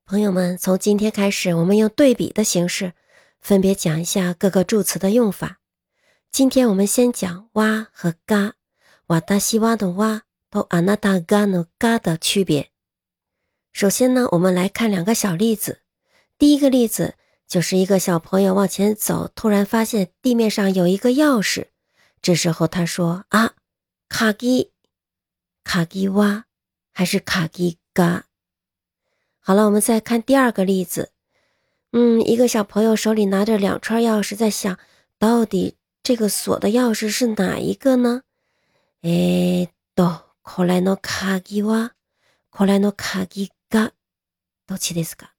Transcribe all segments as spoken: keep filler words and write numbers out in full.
朋友们，从今天开始，我们用对比的形式，分别讲一下各个助词的用法。今天我们先讲哇和嘎，私はの哇とあなたがの嘎的区别。首先呢，我们来看两个小例子。第一个例子就是一个小朋友往前走，突然发现地面上有一个钥匙，这时候他说啊，卡ギ、卡ギ哇还是卡ギ嘎。好了，我们再看第二个例子。嗯，一个小朋友手里拿着两串钥匙，在想到底这个锁的钥匙是哪一个呢？えーっと、これの鍵は、これの鍵が、どっちですか？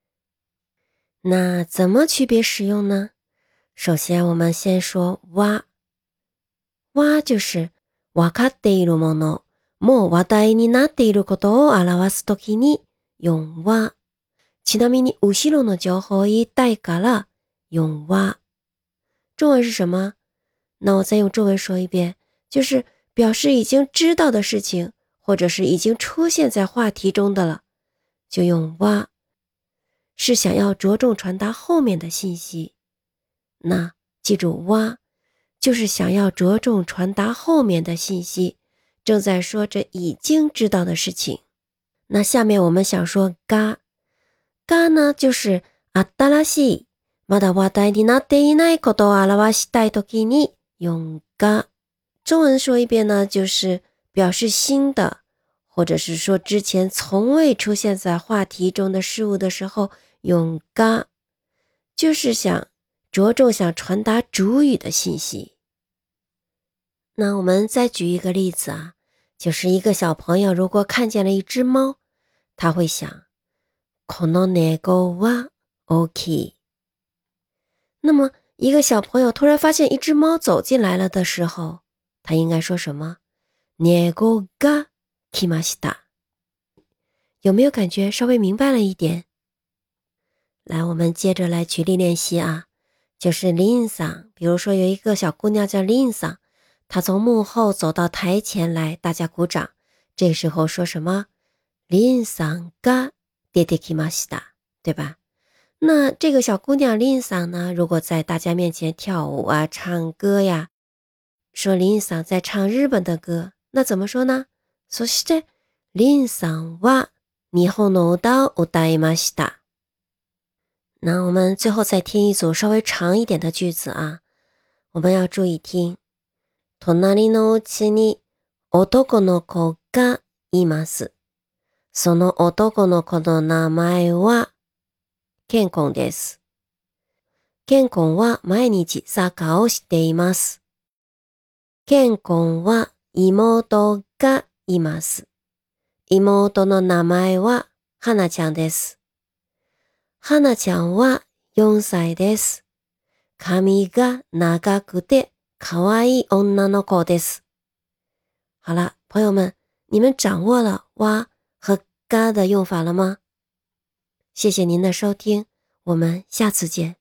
那怎么区别使用呢？首先我们先说は。は就是わかっているもの、もう話題になっていることを表すときに用は。ちなみに後ろの情報を言いたいから用は。中文是什么？那我再用中文说一遍，就是表示已经知道的事情，或者是已经出现在话题中的了，就用は。是想要着重传达后面的信息。那记住は就是想要着重传达后面的信息，正在说着已经知道的事情。那下面我们想说が。が呢就是新しい、まだ話題になっていないことを表したいときに用が。中文说一遍呢，就是表示新的，或者是说之前从未出现在话题中的事物的时候用が，就是想着重想传达主语的信息。那我们再举一个例子啊，就是一个小朋友如果看见了一只猫，他会想この猫は大きい。那么一个小朋友突然发现一只猫走进来了的时候，他应该说什么？猫が来ました。有没有感觉稍微明白了一点？来，我们接着来举例练习啊，就是林さん，比如说有一个小姑娘叫林さん，她从幕后走到台前来，大家鼓掌。这时候说什么？林さんが出てきました，对吧？那这个小姑娘林さん呢，如果在大家面前跳舞啊、唱歌呀，说林さん在唱日本的歌，那怎么说呢？そして林さんは日本の歌を歌いました。那我们最后再听一组稍微长一点的句子啊，我们要注意听。隣のうちに男の子がいます。その男の子の名前はケンコンです。ケンコンは毎日サッカーをしています。ケンコンは妹がいます。妹の名前は花ちゃんです。花ちゃんはよんさいです。髪が長くて可愛い女の子です。好了，朋友们，你们掌握了哇和嘎的用法了吗？谢谢您的收听，我们下次见。